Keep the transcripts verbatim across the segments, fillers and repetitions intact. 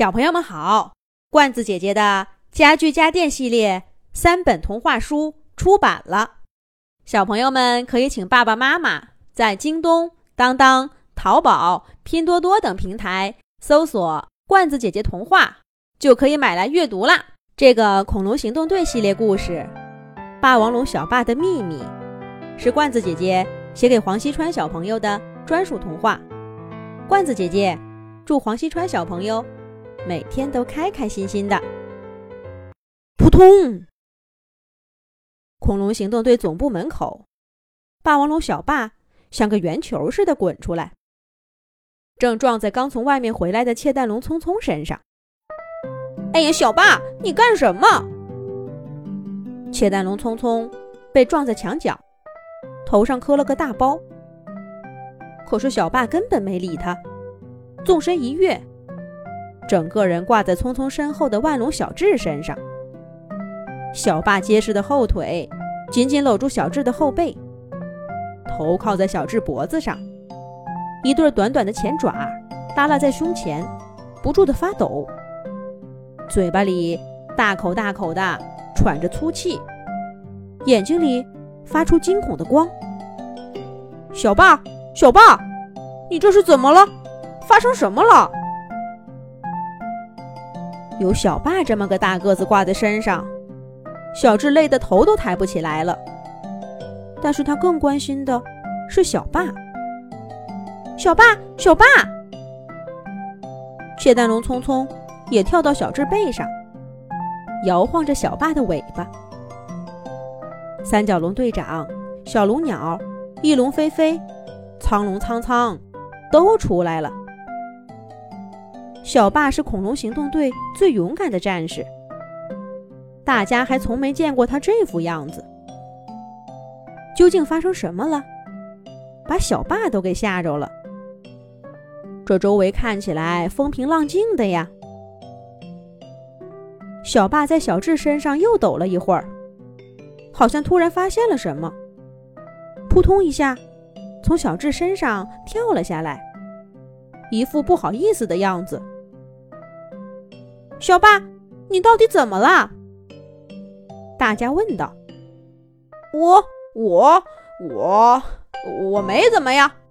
小朋友们好，罐子姐姐的家具家电系列三本童话书出版了，小朋友们可以请爸爸妈妈在京东、当当、淘宝、拼多多等平台搜索罐子姐姐童话，就可以买来阅读啦。这个恐龙行动队系列故事霸王龙小霸的秘密是罐子姐姐写给黄西川小朋友的专属童话。罐子姐姐祝黄西川小朋友每天都开开心心的。扑通！恐龙行动队总部门口，霸王龙小霸像个圆球似的滚出来，正撞在刚从外面回来的窃蛋龙聪聪身上。哎呀，小霸，你干什么？窃蛋龙聪聪被撞在墙角，头上磕了个大包。可是小霸根本没理他，纵身一跃，整个人挂在聪聪身后的万龙小智身上。小霸结实的后腿紧紧搂住小智的后背，头靠在小智脖子上，一对短短的前爪耷拉在胸前，不住地发抖，嘴巴里大口大口地喘着粗气，眼睛里发出惊恐的光。小霸，小霸，你这是怎么了？发生什么了？有小霸这么个大个子挂在身上，小智累得头都抬不起来了。但是他更关心的是小霸。小霸，小霸！窃蛋龙聪聪也跳到小智背上，摇晃着小霸的尾巴。三角龙队长、小龙鸟、翼龙飞飞、苍龙苍苍都出来了。小霸是恐龙行动队最勇敢的战士，大家还从没见过他这副样子。究竟发生什么了？把小霸都给吓着了。这周围看起来风平浪静的呀。小霸在小智身上又抖了一会儿，好像突然发现了什么，扑通一下从小智身上跳了下来，一副不好意思的样子。小霸，你到底怎么了？大家问道。我我我我没怎么呀。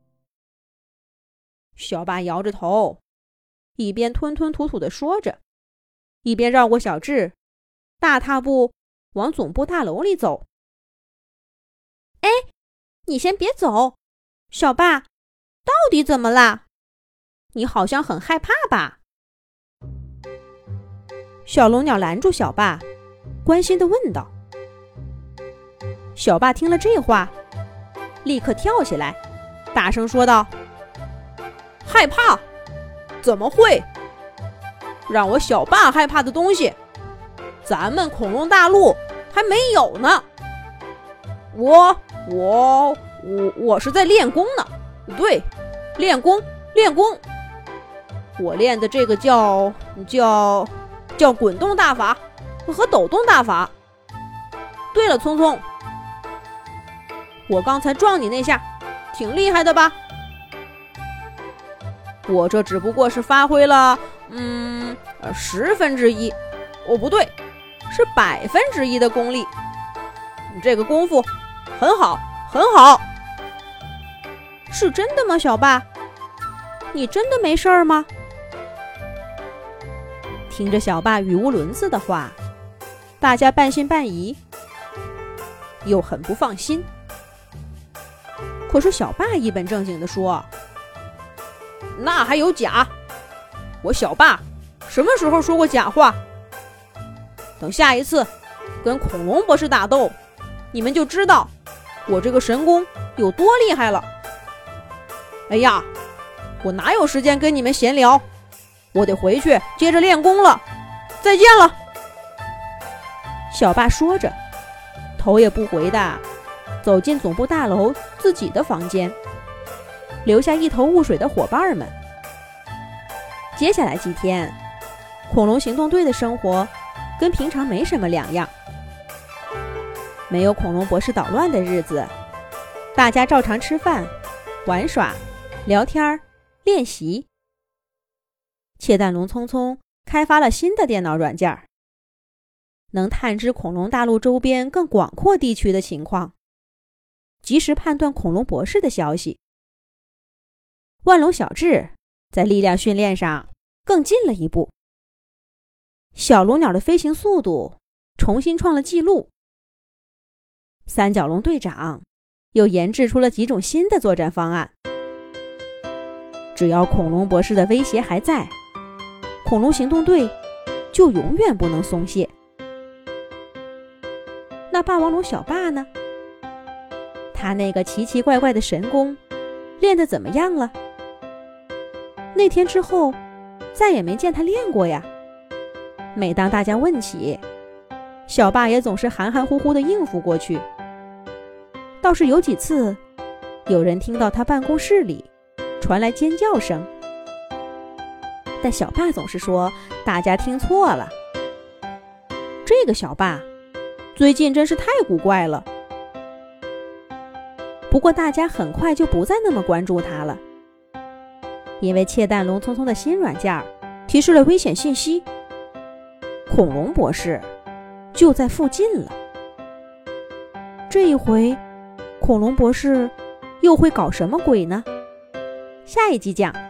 小霸摇着头，一边吞吞吐吐地说着，一边绕过小智，大踏步往总部大楼里走。哎，你先别走，小霸，到底怎么了？你好像很害怕吧？小龙鸟拦住小霸，关心地问道。小霸听了这话，立刻跳起来，大声说道：害怕？怎么会？让我小霸害怕的东西，咱们恐龙大陆还没有呢。我我我我是在练功呢，对，练功练功。我练的这个叫叫叫滚动大法和抖动大法。对了，聪聪，我刚才撞你那下挺厉害的吧？我这只不过是发挥了嗯十分之一，哦不对，是百分之一的功力。这个功夫很好很好。是真的吗，小霸？你真的没事儿吗？听着小霸语无伦次的话，大家半信半疑，又很不放心。可是小霸一本正经地说：那还有假？我小霸什么时候说过假话？等下一次跟恐龙博士打斗，你们就知道我这个神功有多厉害了。哎呀，我哪有时间跟你们闲聊，我得回去接着练功了，再见了。小霸说着，头也不回地走进总部大楼自己的房间，留下一头雾水的伙伴们。接下来几天，恐龙行动队的生活跟平常没什么两样。没有恐龙博士捣乱的日子，大家照常吃饭、玩耍、聊天、练习。 窃蛋龙匆匆开发了新的电脑软件，能探知恐龙大陆周边更广阔地区的情况，及时判断恐龙博士的消息。万龙小智在力量训练上更进了一步，小龙鸟的飞行速度重新创了纪录。三角龙队长又研制出了几种新的作战方案。只要恐龙博士的威胁还在，恐龙行动队就永远不能松懈。那霸王龙小霸呢？他那个奇奇怪怪的神功练得怎么样了？那天之后再也没见他练过呀。每当大家问起，小霸也总是含含糊糊地应付过去。倒是有几次，有人听到他办公室里传来尖叫声，但小霸总是说大家听错了。这个小霸最近真是太古怪了。不过大家很快就不再那么关注他了，因为窃蛋龙匆匆的新软件提示了危险信息，恐龙博士就在附近了。这一回恐龙博士又会搞什么鬼呢？下一集讲。